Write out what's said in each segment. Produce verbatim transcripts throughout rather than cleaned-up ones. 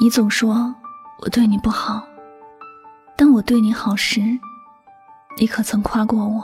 你总说我对你不好，当我对你好时，你可曾夸过我？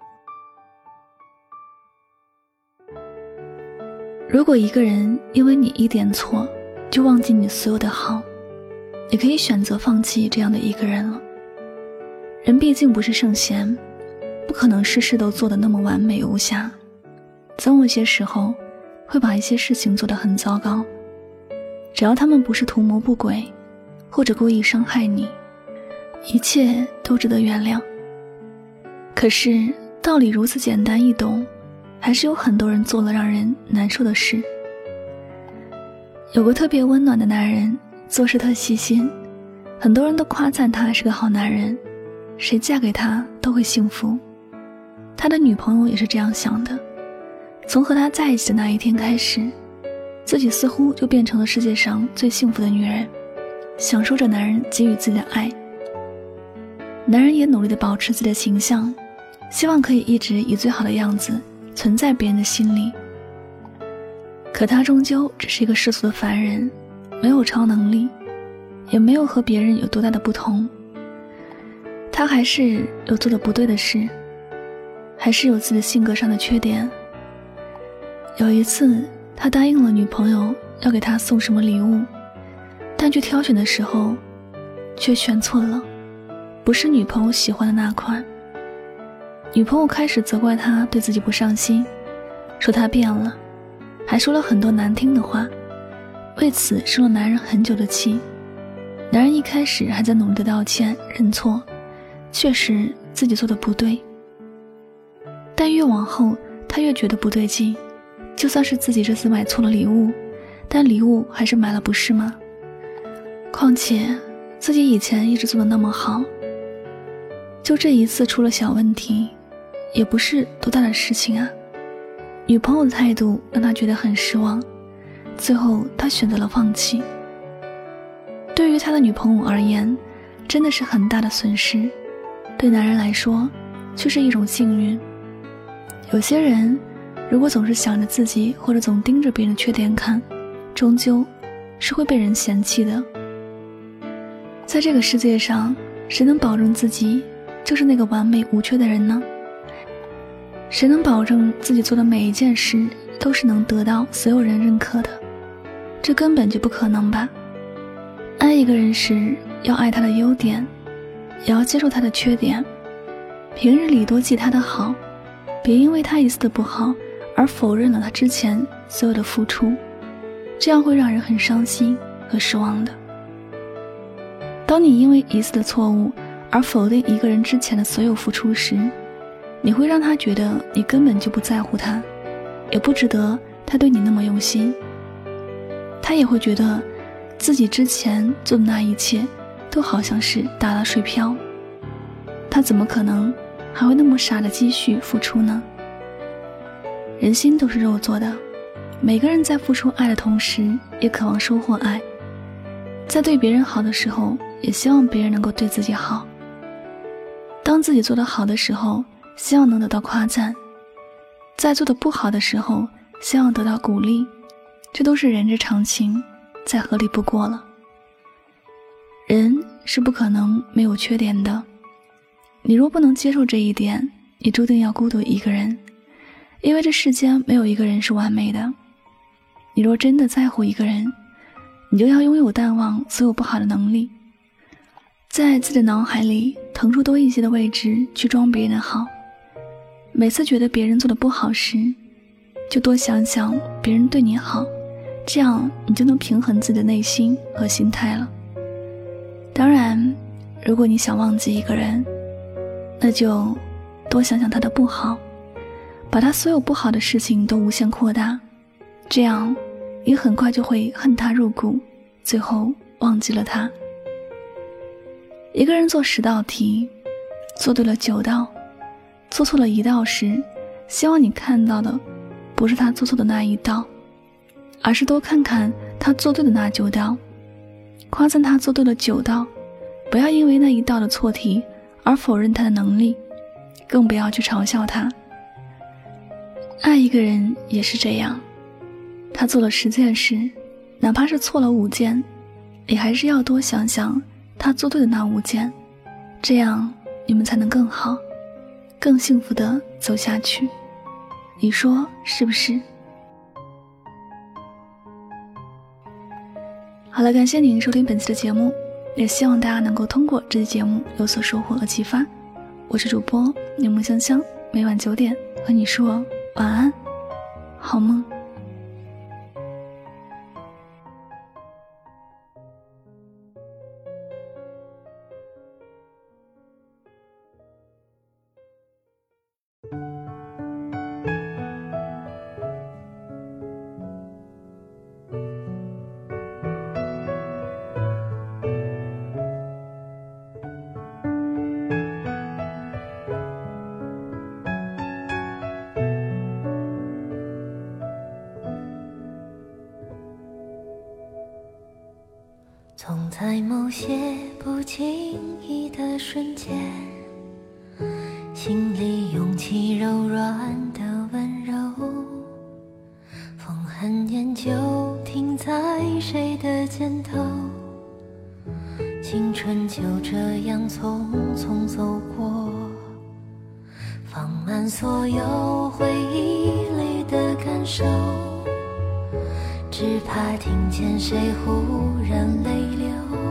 如果一个人因为你一点错就忘记你所有的好，你可以选择放弃这样的一个人了。人毕竟不是圣贤，不可能事事都做得那么完美无瑕，总有些时候会把一些事情做得很糟糕。只要他们不是图谋不轨，或者故意伤害你，一切都值得原谅。可是道理如此简单易懂，还是有很多人做了让人难受的事。有个特别温暖的男人，做事特细心，很多人都夸赞他是个好男人，谁嫁给他都会幸福。他的女朋友也是这样想的，从和他在一起的那一天开始，自己似乎就变成了世界上最幸福的女人，享受着男人给予自己的爱。男人也努力地保持自己的形象，希望可以一直以最好的样子存在别人的心里。可他终究只是一个世俗的凡人，没有超能力，也没有和别人有多大的不同。他还是有做的不对的事，还是有自己的性格上的缺点。有一次他答应了女朋友要给他送什么礼物，但去挑选的时候却选错了，不是女朋友喜欢的那款。女朋友开始责怪他对自己不上心，说他变了，还说了很多难听的话，为此生了男人很久的气。男人一开始还在努力的道歉认错，确实自己做的不对，但越往后他越觉得不对劲，就算是自己这次买错了礼物，但礼物还是买了，不是吗？况且自己以前一直做的那么好，就这一次出了小问题，也不是多大的事情啊。女朋友的态度让他觉得很失望，最后他选择了放弃。对于他的女朋友而言，真的是很大的损失，对男人来说却是一种幸运。有些人如果总是想着自己，或者总盯着别人的缺点看，终究是会被人嫌弃的。在这个世界上，谁能保证自己就是那个完美无缺的人呢？谁能保证自己做的每一件事都是能得到所有人认可的？这根本就不可能吧。爱一个人时，要爱他的优点，也要接受他的缺点，平日里多记他的好，别因为他一次的不好而否认了他之前所有的付出，这样会让人很伤心和失望的。当你因为一次的错误而否定一个人之前的所有付出时，你会让他觉得你根本就不在乎他，也不值得他对你那么用心。他也会觉得自己之前做的那一切都好像是打了水漂，他怎么可能还会那么傻的继续付出呢？人心都是肉做的，每个人在付出爱的同时也渴望收获爱，在对别人好的时候也希望别人能够对自己好。当自己做得好的时候，希望能得到夸赞，在做得不好的时候希望得到鼓励，这都是人之常情，再合理不过了。人是不可能没有缺点的，你若不能接受这一点，你注定要孤独一个人，因为这世间没有一个人是完美的。你若真的在乎一个人，你就要拥有淡忘所有不好的能力，在自己的脑海里腾出多一些的位置去装别人的好。每次觉得别人做的不好时，就多想想别人对你好，这样你就能平衡自己的内心和心态了。当然，如果你想忘记一个人，那就多想想他的不好，把他所有不好的事情都无限扩大，这样你很快就会恨他入骨，最后忘记了他。一个人做十道题，做对了九道，做错了一道时，希望你看到的不是他做错的那一道，而是多看看他做对的那九道，夸赞他做对了九道，不要因为那一道的错题而否认他的能力，更不要去嘲笑他。爱一个人也是这样，他做了十件事，哪怕是错了五件， 你还是要多想想他做对的那五件，这样你们才能更好更幸福地走下去，你说是不是？好了，感谢您收听本期的节目，也希望大家能够通过这期节目有所收获和启发。我是主播柠檬香香，每晚九点和你说晚安，好梦。 总在某些不经意的瞬间，心里涌起柔软的温柔，风很远就停在谁的肩头，青春就这样匆匆走过，放慢所有回忆里的感受，只怕听见谁忽然泪流，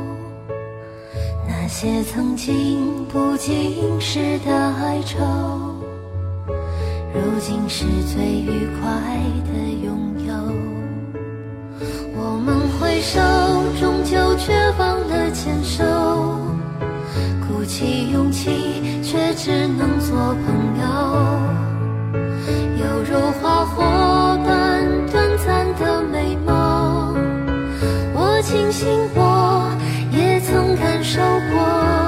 那些曾经不经事的哀愁，如今是最愉快的拥有。我们挥手，终究却忘了牵手，鼓起勇气，却只能做朋友，有如花火般短暂的美梦，我庆幸我也曾感受过，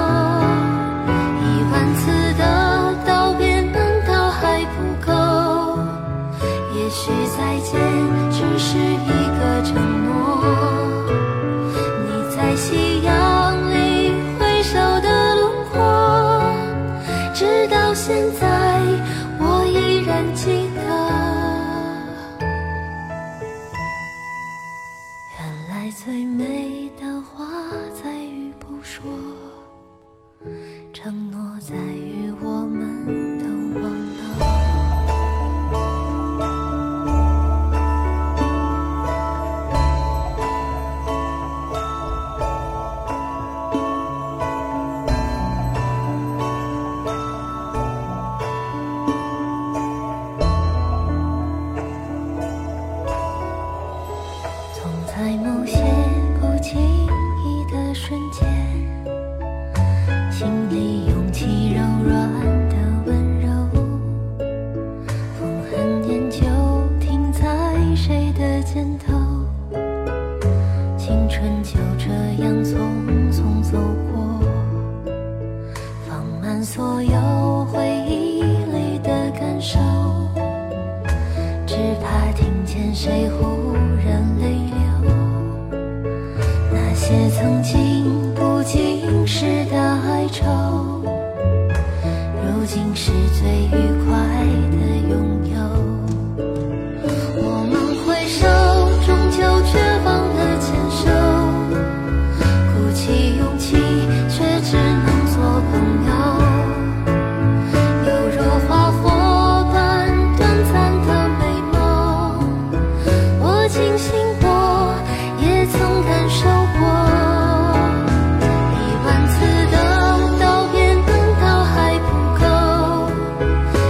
一万次的道别难道还不够？也许再见只是一个承诺，你在夕阳里挥手的轮廓，直到现在我依然记得。原来最美的话在于不说，承诺在于我们都忘了。总在某些不经意的瞬间，心里涌起柔软的温柔，风很远就停在谁的肩头，青春就这样匆匆走过，放慢所有回忆里的感受，只怕听见谁忽然泪流，那些曾经不经事的哀愁，如今是最愉快的拥有。我们挥手，终究却忘了牵手，鼓起勇气，却只能做朋友，有如花火般短暂的美梦，我庆幸我也曾感受过，一万次的道别难道还不够？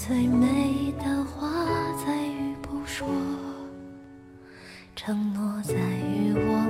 最美的话在于不说，承诺在于我